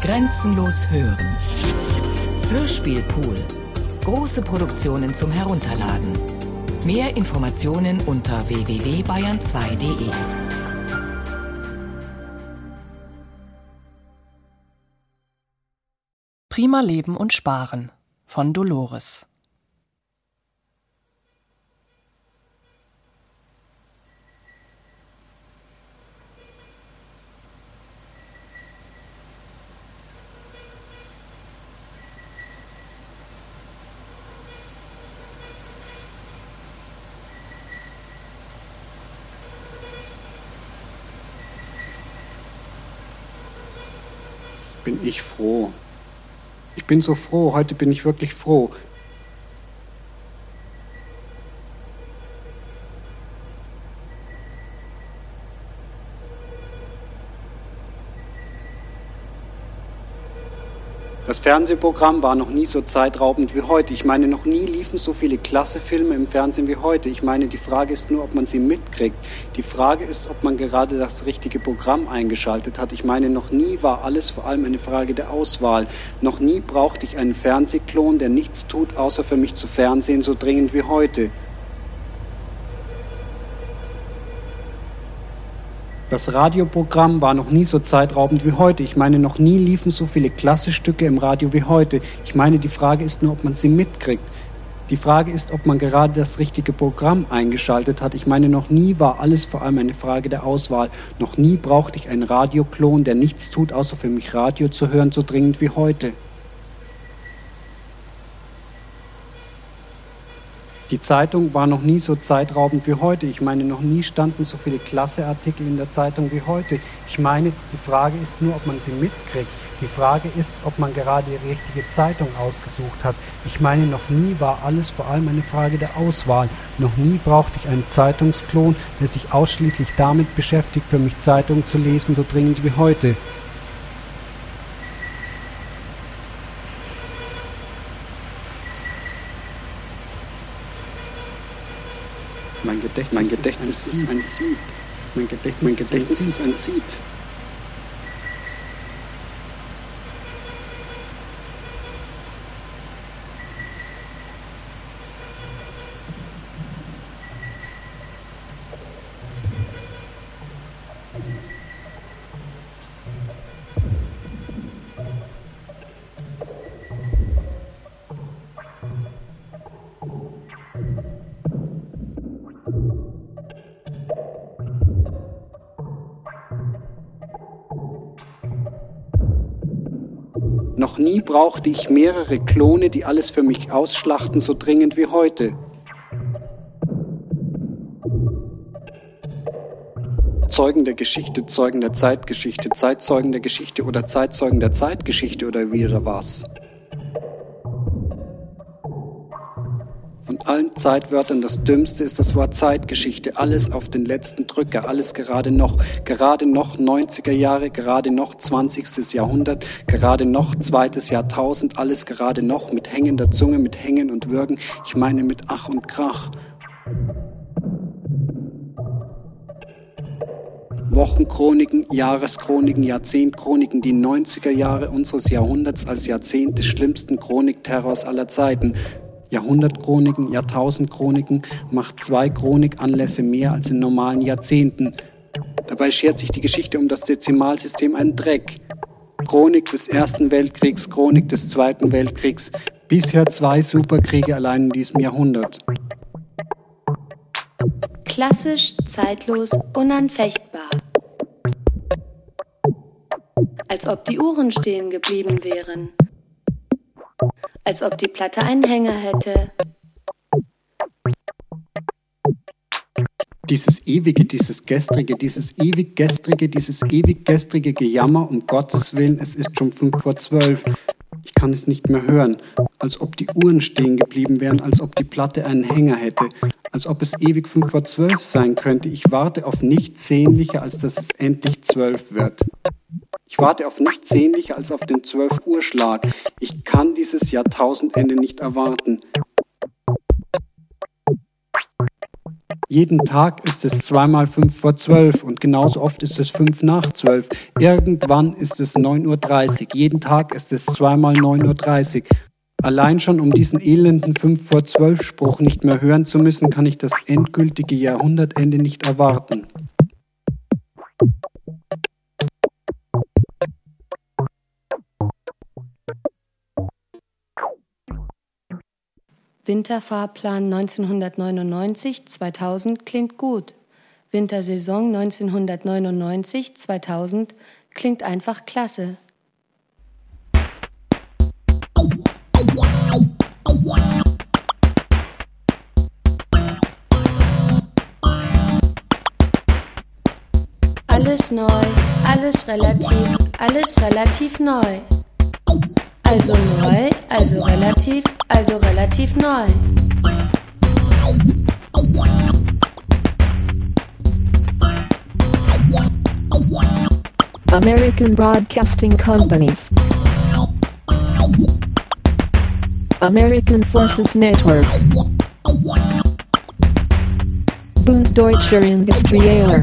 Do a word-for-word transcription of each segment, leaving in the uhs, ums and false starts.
Grenzenlos hören. Hörspielpool. Große Produktionen zum Herunterladen. Mehr Informationen unter w w w punkt bayern zwei punkt de. Prima Leben und Sparen von Dolores. Bin ich froh. Ich bin so froh, heute bin ich wirklich froh. Das Fernsehprogramm war noch nie so zeitraubend wie heute. Ich meine, noch nie liefen so viele klasse Filme im Fernsehen wie heute. Ich meine, die Frage ist nur, ob man sie mitkriegt. Die Frage ist, ob man gerade das richtige Programm eingeschaltet hat. Ich meine, noch nie war alles vor allem eine Frage der Auswahl. Noch nie brauchte ich einen Fernsehklon, der nichts tut, außer für mich zu fernsehen, so dringend wie heute. Das Radioprogramm war noch nie so zeitraubend wie heute. Ich meine, noch nie liefen so viele klasse Stücke im Radio wie heute. Ich meine, die Frage ist nur, ob man sie mitkriegt. Die Frage ist, ob man gerade das richtige Programm eingeschaltet hat. Ich meine, noch nie war alles vor allem eine Frage der Auswahl. Noch nie brauchte ich einen Radioklon, der nichts tut, außer für mich Radio zu hören, so dringend wie heute. Die Zeitung war noch nie so zeitraubend wie heute. Ich meine, noch nie standen so viele klasse Artikel in der Zeitung wie heute. Ich meine, die Frage ist nur, ob man sie mitkriegt. Die Frage ist, ob man gerade die richtige Zeitung ausgesucht hat. Ich meine, noch nie war alles vor allem eine Frage der Auswahl. Noch nie brauchte ich einen Zeitungsklon, der sich ausschließlich damit beschäftigt, für mich Zeitungen zu lesen, so dringend wie heute. Mein Gedächtnis, mein Gedächtnis ist, ein ist ein Sieb. Mein Gedächtnis, mein Gedächtnis ist ein Sieb. Noch nie brauchte ich mehrere Klone, die alles für mich ausschlachten, so dringend wie heute. Zeugen der Geschichte, Zeugen der Zeitgeschichte, Zeitzeugen der Geschichte oder Zeitzeugen der Zeitgeschichte oder wie oder was. Von allen Zeitwörtern das Dümmste ist das Wort Zeitgeschichte. Alles auf den letzten Drücker, alles gerade noch. Gerade noch neunziger Jahre, gerade noch zwanzigstes Jahrhundert, gerade noch zweites Jahrtausend, alles gerade noch mit hängender Zunge, mit Hängen und Würgen. Ich meine mit Ach und Krach. Wochenchroniken, Jahreschroniken, Jahrzehntchroniken, die neunziger Jahre unseres Jahrhunderts als Jahrzehnt des schlimmsten Chronikterrors aller Zeiten. Jahrhundertchroniken, Jahrtausendchroniken macht zwei Chronikanlässe mehr als in normalen Jahrzehnten. Dabei schert sich die Geschichte um das Dezimalsystem einen Dreck. Chronik des Ersten Weltkriegs, Chronik des Zweiten Weltkriegs. Bisher zwei Superkriege allein in diesem Jahrhundert. Klassisch, zeitlos, unanfechtbar. Als ob die Uhren stehen geblieben wären. Als ob die Platte einen Hänger hätte. Dieses ewige, dieses gestrige, dieses ewig gestrige, dieses ewig gestrige Gejammer, um Gottes Willen, es ist schon fünf vor zwölf. Ich kann es nicht mehr hören. Als ob die Uhren stehen geblieben wären, als ob die Platte einen Hänger hätte. Als ob es ewig fünf vor zwölf sein könnte. Ich warte auf nichts sehnlicher, als dass es endlich zwölf wird. Ich warte auf nichts sehnlicher als auf den zwölf Uhr Schlag. Ich kann dieses Jahrtausendende nicht erwarten. Jeden Tag ist es zweimal fünf vor zwölf und genauso oft ist es fünf nach zwölf. Irgendwann ist es neun Uhr dreißig. Jeden Tag ist es zweimal neun Uhr dreißig. Allein schon um diesen elenden fünf vor zwölf Spruch nicht mehr hören zu müssen, kann ich das endgültige Jahrhundertende nicht erwarten. Winterfahrplan neunzehnhundertneunundneunzig zweitausend klingt gut. Wintersaison neunzehnhundertneunundneunzig zweitausend klingt einfach klasse. Alles neu, alles relativ, alles relativ neu. Also neu, also relativ, also relativ neu. American Broadcasting Companies. American Forces Network. Bund Deutscher Industrieller.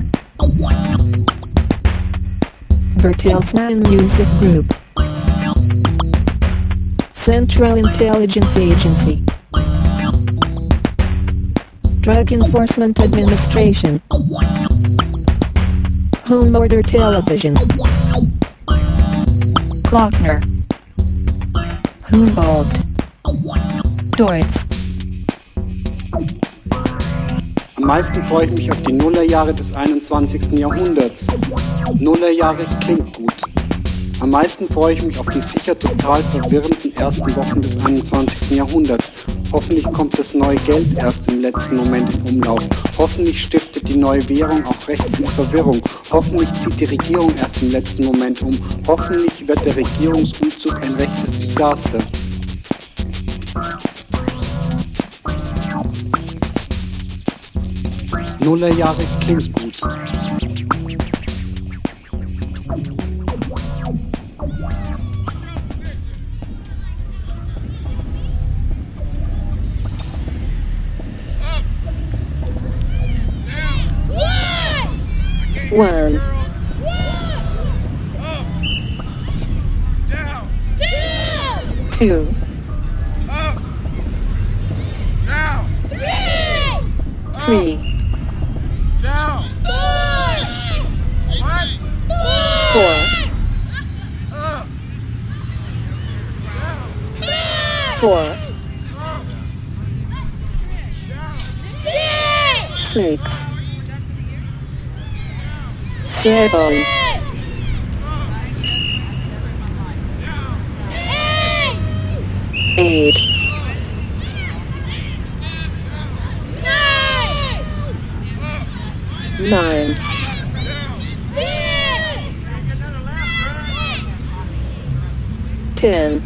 Bertelsmann Music Group. Central Intelligence Agency. Drug Enforcement Administration. Home Order Television. Glockner. Humboldt. Deutz. Am meisten freue ich mich auf die Nullerjahre des einundzwanzigsten Jahrhunderts. Nullerjahre klingt gut. Am meisten freue ich mich auf die sicher total verwirrenden ersten Wochen des einundzwanzigsten Jahrhunderts. Hoffentlich kommt das neue Geld erst im letzten Moment in Umlauf. Hoffentlich stiftet die neue Währung auch recht viel Verwirrung. Hoffentlich zieht die Regierung erst im letzten Moment um. Hoffentlich wird der Regierungsumzug ein rechtes Desaster. Nullerjahre klingt gut. One. Two. Three. Four. Four. Six. Seven. Eight. Nine. Ten.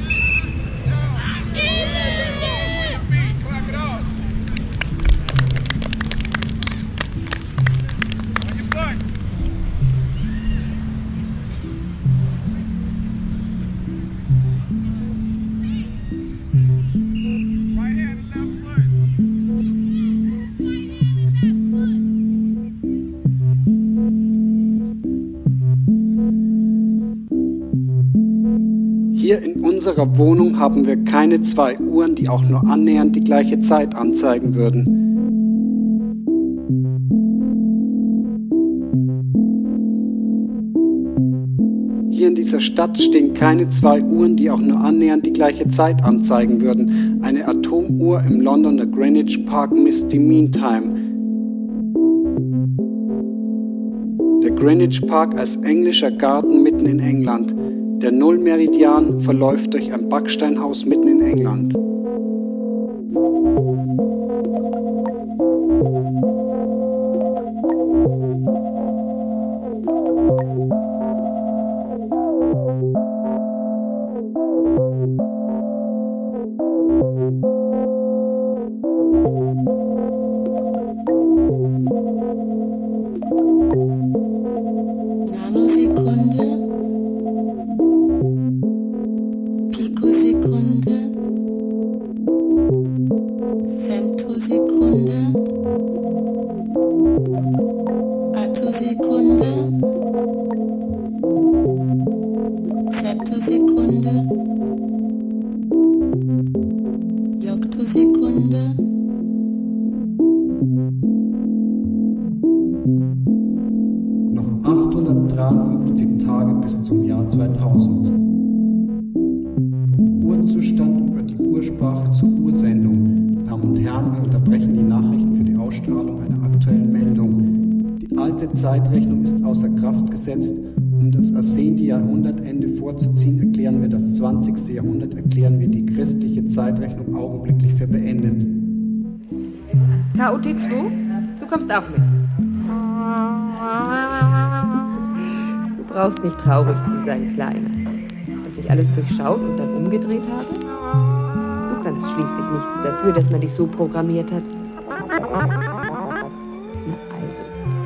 Hier in unserer Wohnung haben wir keine zwei Uhren, die auch nur annähernd die gleiche Zeit anzeigen würden. Hier in dieser Stadt stehen keine zwei Uhren, die auch nur annähernd die gleiche Zeit anzeigen würden. Eine Atomuhr im Londoner Greenwich Park misst die Meantime. Der Greenwich Park als englischer Garten mitten in England. Der Nullmeridian verläuft durch ein Backsteinhaus mitten in England. Nanosekunde. Pikosekunde, Femtosekunde, hundertdreiundfünfzig Tage bis zum Jahr zweitausend. Vom Urzustand über die Ursprache zur Ursendung. Damen und Herren, wir unterbrechen die Nachrichten für die Ausstrahlung einer aktuellen Meldung. Die alte Zeitrechnung ist außer Kraft gesetzt. Um das ersehnte Jahrhundertende vorzuziehen, erklären wir das zwanzigste Jahrhundert, erklären wir die christliche Zeitrechnung augenblicklich für beendet. K O T zwei, du kommst auch mit. Du brauchst nicht traurig zu sein, Kleiner. Als ich alles durchschaut und dann umgedreht habe? Du kannst schließlich nichts dafür, dass man dich so programmiert hat. Na also.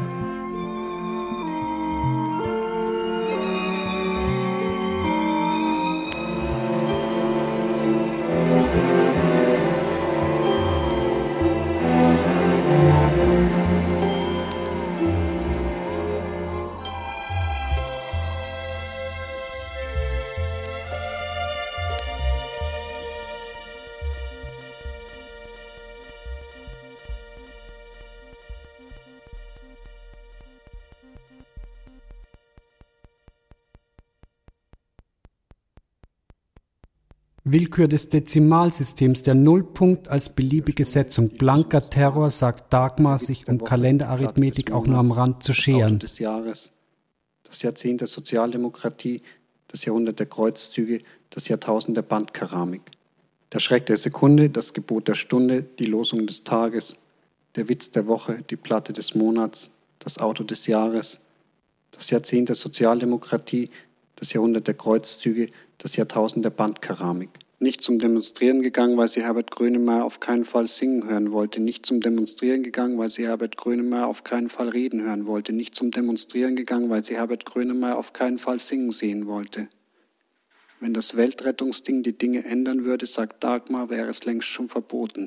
Willkür des Dezimalsystems, der Nullpunkt als beliebige Setzung, blanker Terror, sagt Dagmar, sich um Kalenderarithmetik auch nur am Rand zu scheren. Das Jahres, das Jahrzehnt der Sozialdemokratie, das Jahrhundert der Kreuzzüge, das Jahrtausend der Bandkeramik. Der Schreck der Sekunde, das Gebot der Stunde, die Losung des Tages, der Witz der Woche, die Platte des Monats, das Auto des Jahres, das Jahrzehnt der Sozialdemokratie, das Jahrhundert der Kreuzzüge, das Jahrtausend der Bandkeramik. Nicht zum Demonstrieren gegangen, weil sie Herbert Grönemeyer auf keinen Fall singen hören wollte. Nicht zum Demonstrieren gegangen, weil sie Herbert Grönemeyer auf keinen Fall reden hören wollte. Nicht zum Demonstrieren gegangen, weil sie Herbert Grönemeyer auf keinen Fall singen sehen wollte. Wenn das Weltrettungsding die Dinge ändern würde, sagt Dagmar, wäre es längst schon verboten.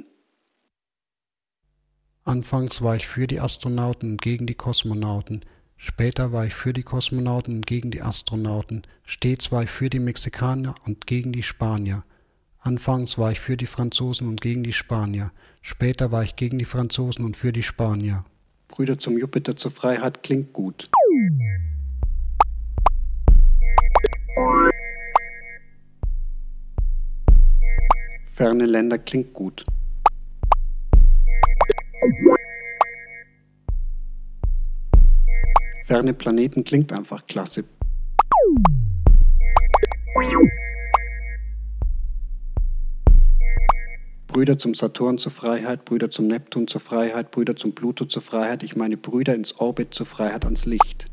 Anfangs war ich für die Astronauten und gegen die Kosmonauten. Später war ich für die Kosmonauten und gegen die Astronauten. Stets war ich für die Mexikaner und gegen die Spanier. Anfangs war ich für die Franzosen und gegen die Spanier. Später war ich gegen die Franzosen und für die Spanier. Brüder zum Jupiter zur Freiheit klingt gut. Ferne Länder klingt gut. Ferne Planeten klingt einfach klasse. Brüder zum Saturn zur Freiheit, Brüder zum Neptun zur Freiheit, Brüder zum Pluto zur Freiheit, ich meine Brüder ins Orbit zur Freiheit ans Licht.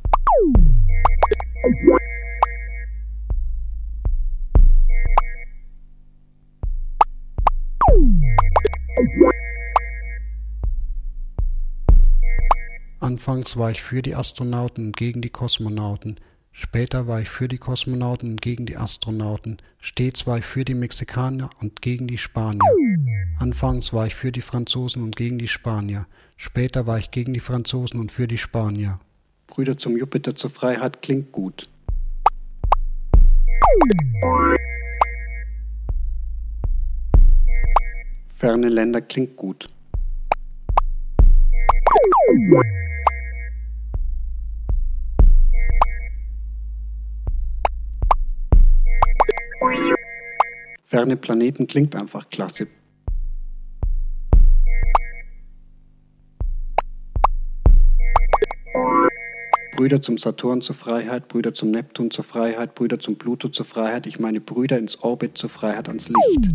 Anfangs war ich für die Astronauten und gegen die Kosmonauten. Später war ich für die Kosmonauten und gegen die Astronauten. Stets war ich für die Mexikaner und gegen die Spanier. Anfangs war ich für die Franzosen und gegen die Spanier. Später war ich gegen die Franzosen und für die Spanier. Brüder zum Jupiter zur Freiheit klingt gut. Ferne Länder klingt gut. Ferne Planeten klingt einfach klasse. Brüder zum Saturn zur Freiheit, Brüder zum Neptun zur Freiheit, Brüder zum Pluto zur Freiheit, ich meine Brüder ins Orbit zur Freiheit ans Licht.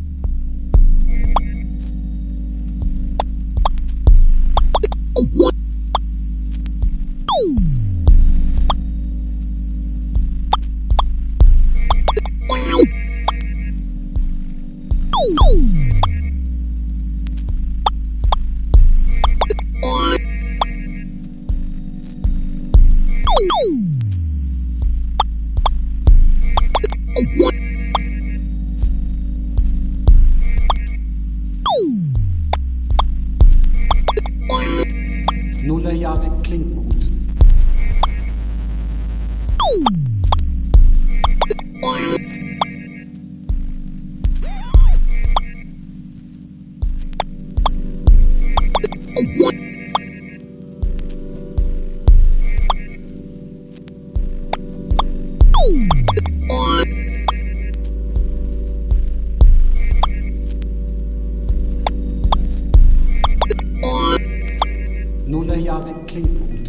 Nullerjahre klingt gut. Nullerjahre klingt gut.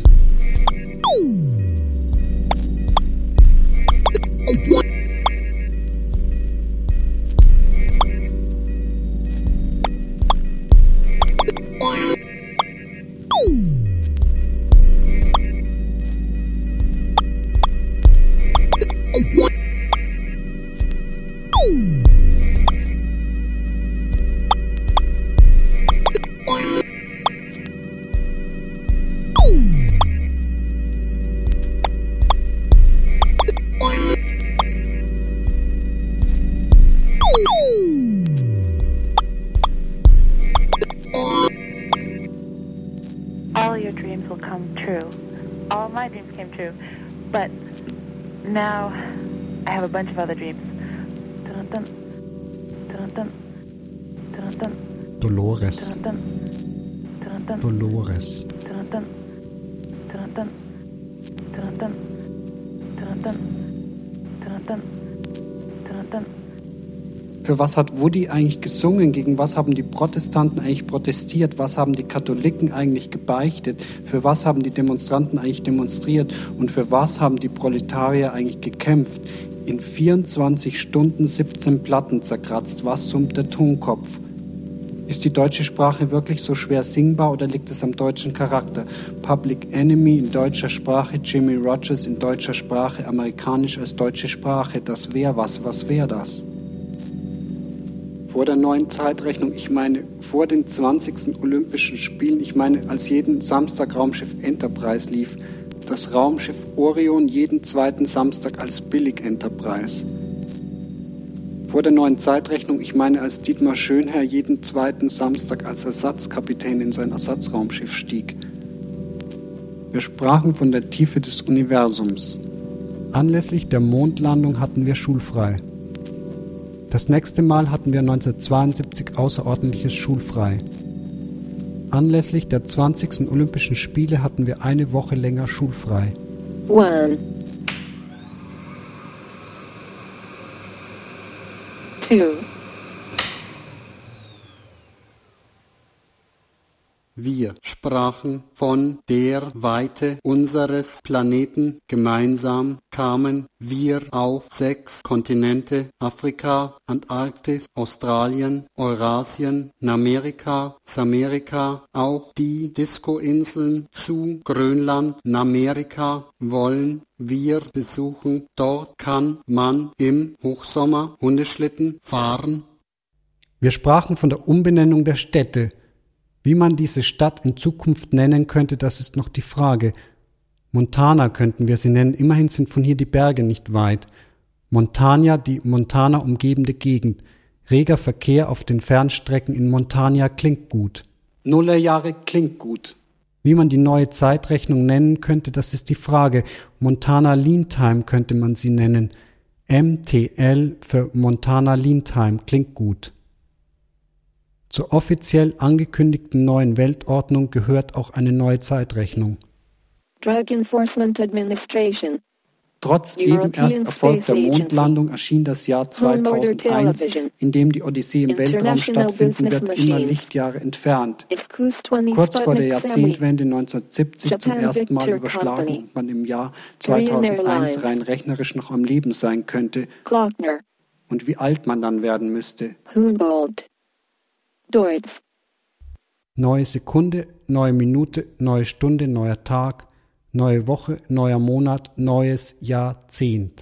All your dreams will come true. All my dreams came true. But now I have a bunch of other dreams. Dun-dun, dun-dun, dun-dun, Dolores. dun-dun, dun-dun, Dolores. dun-dun, dun-dun, dun-dun, dun-dun, dun-dun, dun-dun. Für was hat Woody eigentlich gesungen? Gegen was haben die Protestanten eigentlich protestiert? Was haben die Katholiken eigentlich gebeichtet? Für was haben die Demonstranten eigentlich demonstriert? Und für was haben die Proletarier eigentlich gekämpft? In vierundzwanzig Stunden siebzehn Platten zerkratzt. Was summt der Tonkopf? Ist die deutsche Sprache wirklich so schwer singbar oder liegt es am deutschen Charakter? Public Enemy in deutscher Sprache, Jimmy Rogers in deutscher Sprache, amerikanisch als deutsche Sprache. Das wäre was. Was wäre das? Vor der neuen Zeitrechnung, ich meine vor den zwanzigsten Olympischen Spielen, ich meine als jeden Samstag Raumschiff Enterprise lief, das Raumschiff Orion jeden zweiten Samstag als Billig Enterprise. Vor der neuen Zeitrechnung, ich meine als Dietmar Schönherr jeden zweiten Samstag als Ersatzkapitän in sein Ersatzraumschiff stieg. Wir sprachen von der Tiefe des Universums. Anlässlich der Mondlandung hatten wir schulfrei. Das nächste Mal hatten wir neunzehnhundertzweiundsiebzig außerordentliches schulfrei. Anlässlich der zwanzigsten Olympischen Spiele hatten wir eine Woche länger schulfrei. One. Two. Wir sprachen von der Weite unseres Planeten. Gemeinsam kamen wir auf sechs Kontinente: Afrika, Antarktis, Australien, Eurasien, Namerika, Samerika, auch die Disco-Inseln zu Grönland, Namerika wollen wir besuchen. Dort kann man im Hochsommer Hundeschlitten fahren. Wir sprachen von der Umbenennung der Städte. Wie man diese Stadt in Zukunft nennen könnte, das ist noch die Frage. Montana könnten wir sie nennen, immerhin sind von hier die Berge nicht weit. Montana, die Montana umgebende Gegend. Reger Verkehr auf den Fernstrecken in Montana klingt gut. Nullerjahre klingt gut. Wie man die neue Zeitrechnung nennen könnte, das ist die Frage. Montana Lean Time könnte man sie nennen. M T L für Montana Lean Time klingt gut. Zur offiziell angekündigten neuen Weltordnung gehört auch eine neue Zeitrechnung. Drug Enforcement Administration. Trotz eben erst erfolgter Mondlandung erschien das Jahr zweitausendeins, in dem die Odyssee im Weltraum stattfinden wird, immer Lichtjahre entfernt. Kurz vor der Jahrzehntwende neunzehnhundertsiebzig zum ersten Mal überschlagen, ob man im Jahr zweitausendeins rein rechnerisch noch am Leben sein könnte und wie alt man dann werden müsste. Deutsch. Neue Sekunde, neue Minute, neue Stunde, neuer Tag, neue Woche, neuer Monat, neues Jahrzehnt.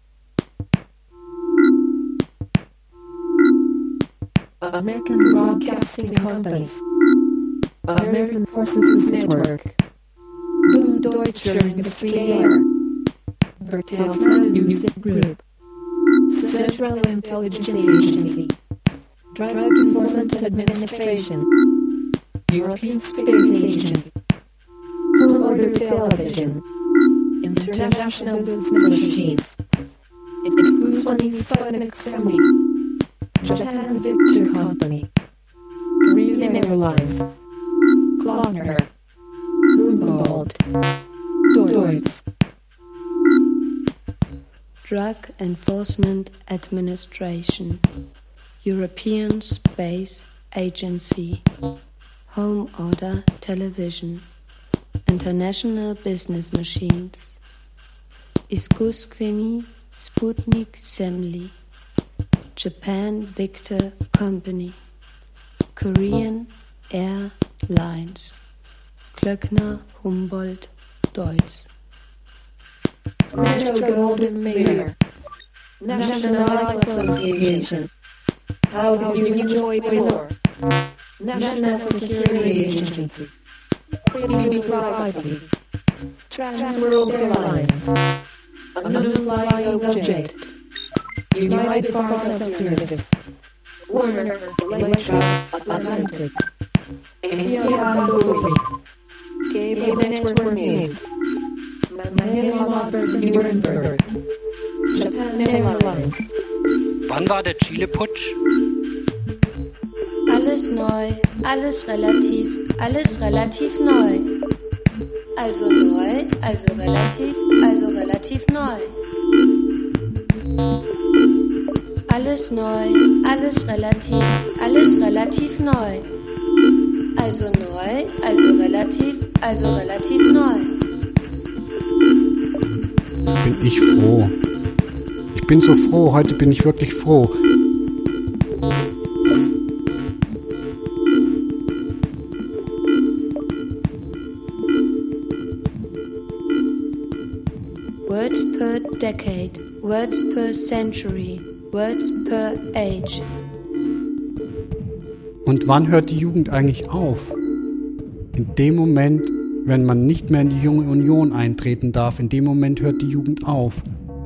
American Broadcasting Company. American Forces Network. Boom Deutscher Industrielle. Bertelsmann Music Group. Central Intelligence Agency. Drug Enforcement Administration. European Space Agency. Home Order Television. International Business Machines. Exclusively Sputnik Assembly. Japan Victor Company. Korean Airlines. Klockner. Humboldt. Deutz. Drug Enforcement Administration, European Space Agency, Home Order Television, International Business Machines, Iskusqueni Sputnik Semli, Japan Victor Company, Korean Airlines, Klöckner Humboldt Deutz. Metro Golden Mayor, National Rifle Association. How did you enjoy the war? National Security Agency. Pretty privacy. Trans World Airlines. Unknown Flying Object. United Parcel Service. Warner Electra Atlantic. A C I Lori. Cable Network News. Nuremberg. Japan Airlines. Wann war der Chile-Putsch? Alles neu, alles relativ, alles relativ neu. Also neu, also relativ, also relativ neu. Alles neu, alles relativ, alles relativ neu. Also neu, also relativ, also relativ neu. Bin ich froh. Ich bin so froh, heute bin ich wirklich froh. Words per decade, words per century, words per age. Und wann hört die Jugend eigentlich auf? In dem Moment, wenn man nicht mehr in die Junge Union eintreten darf, in dem Moment hört die Jugend auf.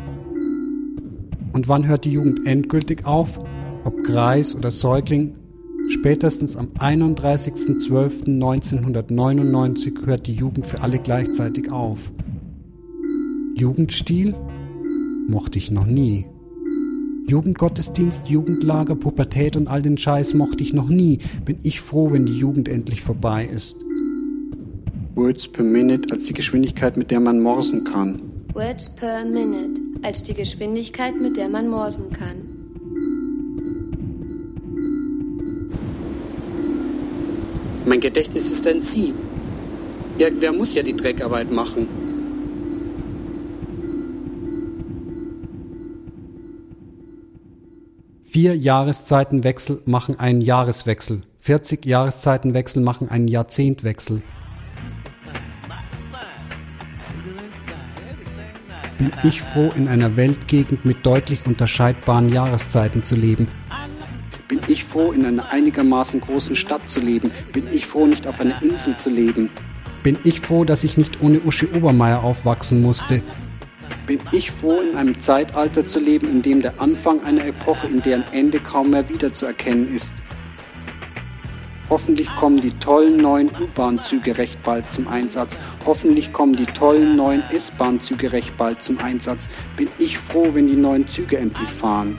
Und wann hört die Jugend endgültig auf? Ob Greis oder Säugling? Spätestens am einunddreißigsten zwölften neunzehnhundertneunundneunzig hört die Jugend für alle gleichzeitig auf. Jugendstil? Mochte ich noch nie. Jugendgottesdienst, Jugendlager, Pubertät und all den Scheiß mochte ich noch nie. Bin ich froh, wenn die Jugend endlich vorbei ist. Words per minute als die Geschwindigkeit, mit der man morsen kann. Words per minute als die Geschwindigkeit, mit der man morsen kann. Mein Gedächtnis ist ein Sieb. Irgendwer muss ja die Dreckarbeit machen. Vier Jahreszeitenwechsel machen einen Jahreswechsel. vierzig Jahreszeitenwechsel machen einen Jahrzehntwechsel. Bin ich froh, in einer Weltgegend mit deutlich unterscheidbaren Jahreszeiten zu leben. Bin ich froh, in einer einigermaßen großen Stadt zu leben. Bin ich froh, nicht auf einer Insel zu leben. Bin ich froh, dass ich nicht ohne Uschi Obermeier aufwachsen musste. Bin ich froh, in einem Zeitalter zu leben, in dem der Anfang einer Epoche, in deren Ende kaum mehr wiederzuerkennen ist. Hoffentlich kommen die tollen neuen U-Bahn-Züge recht bald zum Einsatz. Hoffentlich kommen die tollen neuen S-Bahn-Züge recht bald zum Einsatz. Bin ich froh, wenn die neuen Züge endlich fahren.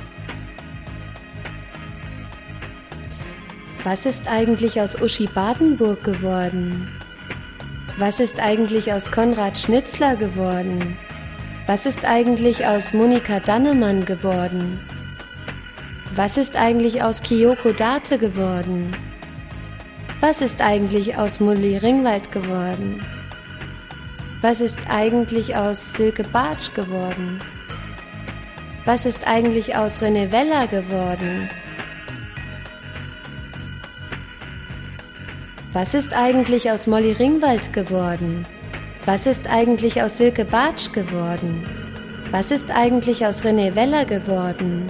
Was ist eigentlich aus Uschi Badenburg geworden? Was ist eigentlich aus Konrad Schnitzler geworden? Was ist eigentlich aus Monika Dannemann geworden? Was ist eigentlich aus Kyoko Date geworden? Was ist eigentlich aus Mulli Ringwald geworden? Was ist eigentlich aus Silke Bartsch geworden? Was ist eigentlich aus René Weller geworden? Was ist eigentlich aus Molly Ringwald geworden? Was ist eigentlich aus Silke Bartsch geworden? Was ist eigentlich aus René Weller geworden?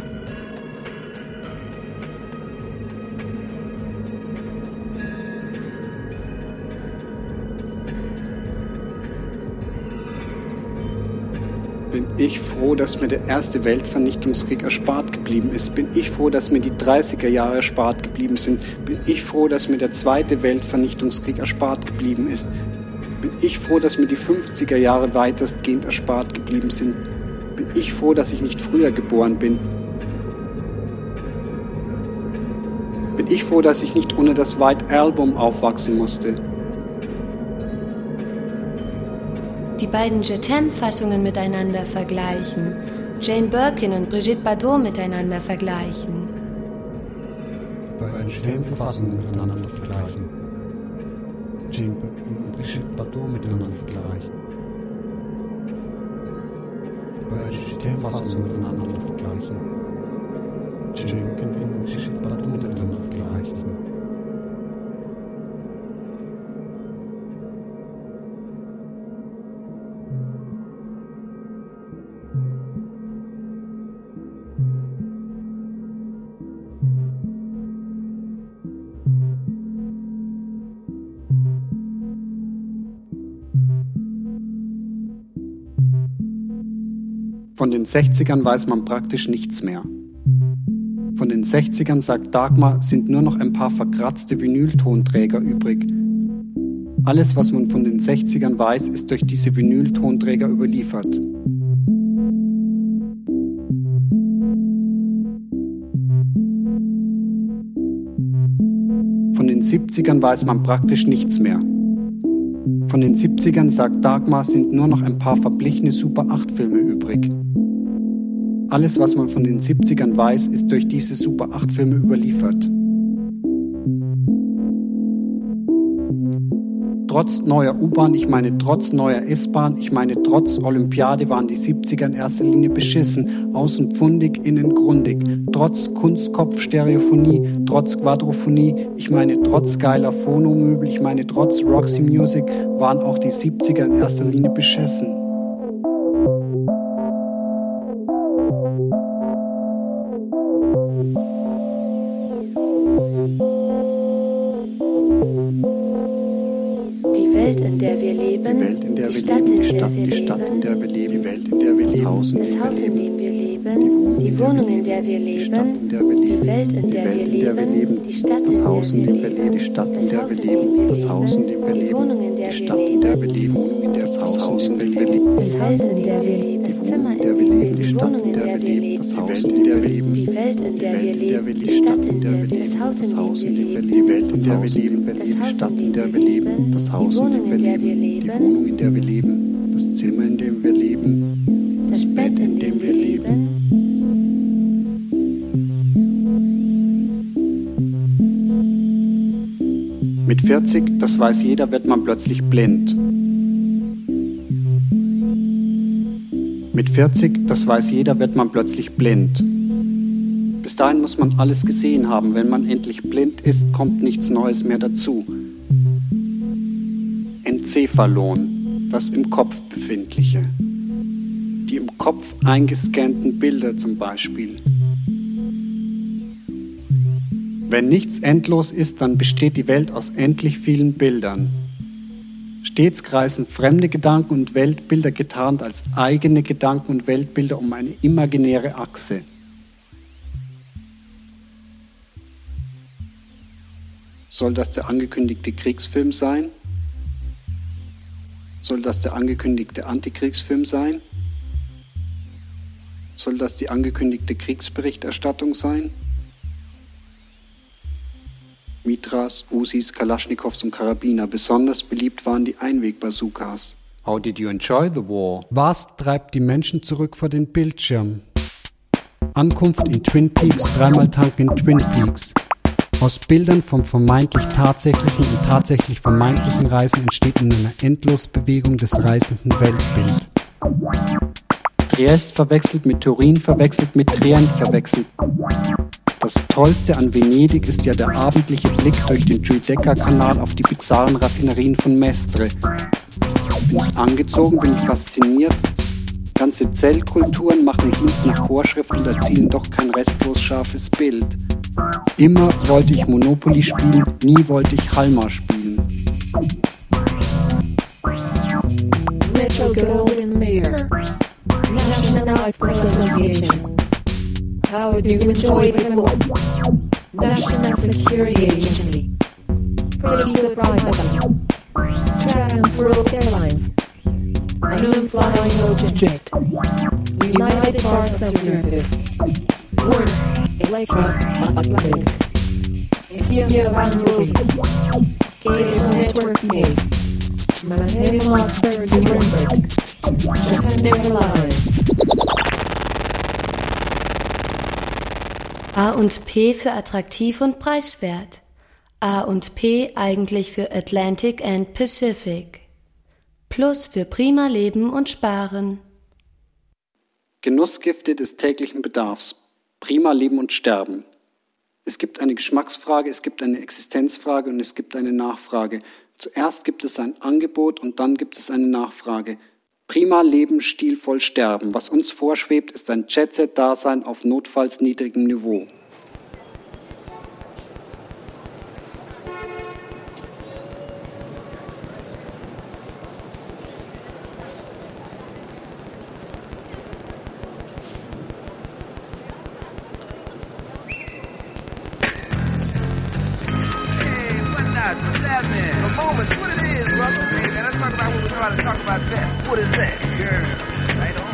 Bin ich froh, dass mir der erste Weltvernichtungskrieg erspart geblieben ist. Bin ich froh, dass mir die dreißiger Jahre erspart geblieben sind. Bin ich froh, dass mir der zweite Weltvernichtungskrieg erspart geblieben ist. Bin ich froh, dass mir die fünfziger Jahre weitestgehend erspart geblieben sind. Bin ich froh, dass ich nicht früher geboren bin. Bin ich froh, dass ich nicht ohne das White Album aufwachsen musste. Die beiden Jetem-Fassungen miteinander vergleichen. Jane Birkin und Brigitte Bardot miteinander vergleichen. Bei beiden Stellenverfassungen miteinander vergleichen. Jane Birkin und Brigitte Bardot miteinander vergleichen. Bei beiden Stellenverfassungen miteinander vergleichen. Jane Birkin und Brigitte Bardot miteinander vergleichen. Von den sechzigern weiß man praktisch nichts mehr. Von den sechzigern, sagt Dagmar, sind nur noch ein paar verkratzte Vinyltonträger übrig. Alles, was man von den sechzigern weiß, ist durch diese Vinyltonträger überliefert. Von den siebzigern weiß man praktisch nichts mehr. Von den siebzigern, sagt Dagmar, sind nur noch ein paar verblichene Super acht Filme übrig. Alles, was man von den siebzigern weiß, ist durch diese Super acht Filme überliefert. Trotz neuer U-Bahn, ich meine trotz neuer S-Bahn, ich meine trotz Olympiade waren die siebziger in erster Linie beschissen, außen pfundig, innen grundig. Trotz Kunstkopf-Stereophonie, trotz Quadrophonie, ich meine trotz geiler Phonomöbel, ich meine trotz Roxy Music, waren auch die siebziger in erster Linie beschissen. Die Welt, in der wir leben, Die Welt, in der die wir Stadt, leben, in die der Stadt, wir die Stadt, in leben, der wir leben, die Welt, in der wir leben, das Haus, in das dem Haus, wir in leben, dem wir leben, die Wohnung, in der wir die Stadt, leben, in der wir leben, die Welt, in der wir leben, die Stadt, das in Haus, in der dem wir wir leben, leben, die Stadt, in das der Haus, wir in dem leben, wir das Haus, in dem wir die leben, Wohnung, in der die wir Stadt, in der wir leben, leben, Wohnung, in der das Haus, in dem wir leben, das Haus, in der wir leben, das Zimmer, in dem wir leben, die Wohnung, in der wir leben, das Haus, in der wir leben, die Welt, in der wir leben, die Stadt, in der wir leben, das Haus, in dem wir leben, die Welt, in der wir leben, das die Haus, Stadt, in in dem der wir wir leben, leben, das die Haus, in Wohnung, dem wir in der wir leben, die leben, Wohnung, in der wir leben, das Zimmer, in dem wir leben, das Bett, in dem wir leben. Mit vierzig, das weiß jeder, wird man plötzlich blind. Mit vierzig, das weiß jeder, wird man plötzlich blind. Bis dahin muss man alles gesehen haben. Wenn man endlich blind ist, kommt nichts Neues mehr dazu. Enzephalon, das im Kopf befindliche. Die im Kopf eingescannten Bilder zum Beispiel. Wenn nichts endlos ist, dann besteht die Welt aus endlich vielen Bildern. Stets kreisen fremde Gedanken und Weltbilder getarnt als eigene Gedanken und Weltbilder um eine imaginäre Achse. Soll das der angekündigte Kriegsfilm sein? Soll das der angekündigte Antikriegsfilm sein? Soll das die angekündigte Kriegsberichterstattung sein? Mitras, Usis, Kalaschnikows und Karabiner. Besonders beliebt waren die Einweg-Bazookas. How did you enjoy the war? Was treibt die Menschen zurück vor den Bildschirm? Ankunft in Twin Peaks, dreimal tanken in Twin Peaks. Aus Bildern vom vermeintlich tatsächlichen und tatsächlich vermeintlichen Reisen entsteht in einer Endlosbewegung des reisenden Weltbild. Triest verwechselt mit Turin, verwechselt mit Trient verwechselt. Das Tollste an Venedig ist ja der abendliche Blick durch den Giudecca-Kanal auf die bizarren Raffinerien von Mestre. Bin ich angezogen, bin ich fasziniert. Ganze Zellkulturen machen Dienst nach Vorschrift und erzielen doch kein restlos scharfes Bild. Immer wollte ich Monopoly spielen, nie wollte ich Halma spielen. Metro Goldwyn Mayer, National Rifle Association. How do you enjoy the war? National Security Agency. Pretty good private. Transworld Airlines. Unknown Flying Object. United Parcel Service. Warner. Electra. Atlantic. Asia Vanguard. Cable Network News. Manhattan Mossberg Nuremberg. Japan Airlines. A und P für attraktiv und preiswert. A und P eigentlich für Atlantic and Pacific. Plus für prima Leben und Sparen. Genussgifte des täglichen Bedarfs. Prima Leben und Sterben. Es gibt eine Geschmacksfrage, es gibt eine Existenzfrage und es gibt eine Nachfrage. Zuerst gibt es ein Angebot und dann gibt es eine Nachfrage. Prima Leben, stilvoll sterben. Was uns vorschwebt, ist ein Jet-Set-Dasein auf notfalls niedrigem Niveau. What's happening? A moment, what it is, brother? Hey, man, let's talk about what we know how to talk about best. What is that? Girls. Right on.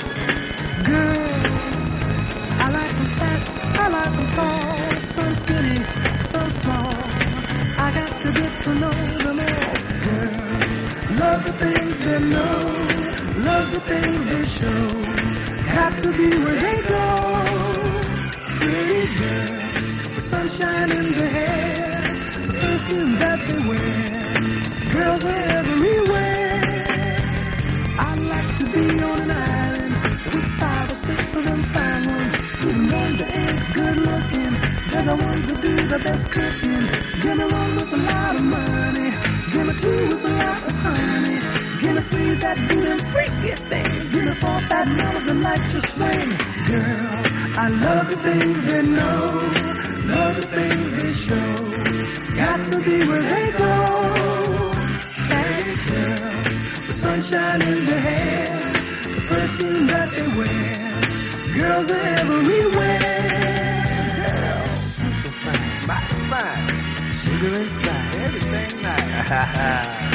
Girls. I like them fat, I like them tall, some skinny, some small. I got to get to know them all. Girls. Love the things they know, love the things they show. Got to be where they go. Pretty girls, the sunshine in their hair, perfume that they wear, girls are everywhere. I'd like to be on an island with five or six of them fine ones, even though they ain't good looking, they're the ones that do the best cooking. Give me one with a lot of money, give me two with lots of honey, give me three that do them freaky things, give me four fat mamas that like to swing. Girls, I love the things they know, love the things they show. Got to be where they go. Hey girls, the sunshine in their hair, the perfume that they wear, girls are everywhere. Girls, super fine, mighty fine, sugar and spice, everything nice.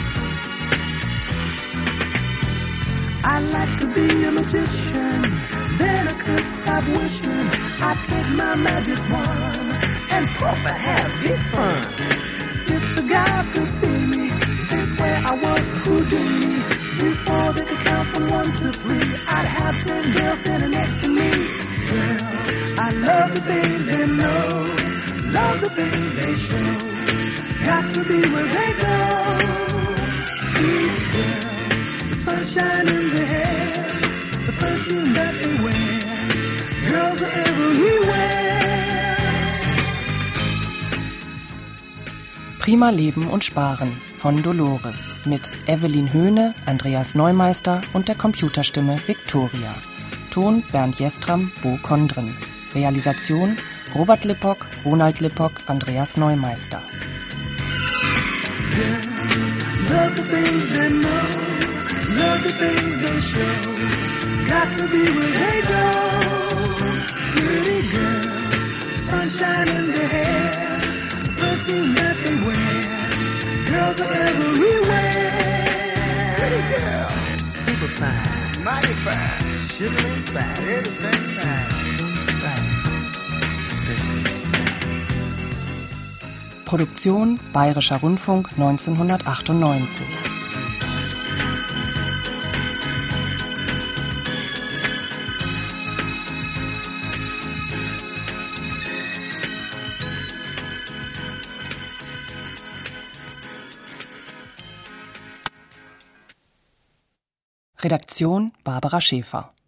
I like to be a magician, then I can't stop wishing I take my magic wand and puff and have big fun. If the guys could see me, they swear I was Houdini. Before they could count from one to three, I'd have ten girls standing next to me. Girls, I love the things they know, love the things they show. Got to be where they go. Sweet girls, the sunshine in their hair, the perfume that they wear, girls are everywhere. Prima Leben und Sparen von Dolores mit Evelyn Höhne, Andreas Neumeister und der Computerstimme Victoria. Ton Bernd Jestram, Bo Kondren. Realisation Robert Lippock, Ronald Lippock, Andreas Neumeister. Love the things they know, love the things they show. Got to be where they go. Pretty girls, sunshine in their hair, perfume that they wear, girls are everywhere. Pretty girl, super fine, mighty fine, sugar and spice, everything nice. Spice, special. Produktion Bayerischer Rundfunk neunzehnhundertachtundneunzig. Redaktion Barbara Schäfer.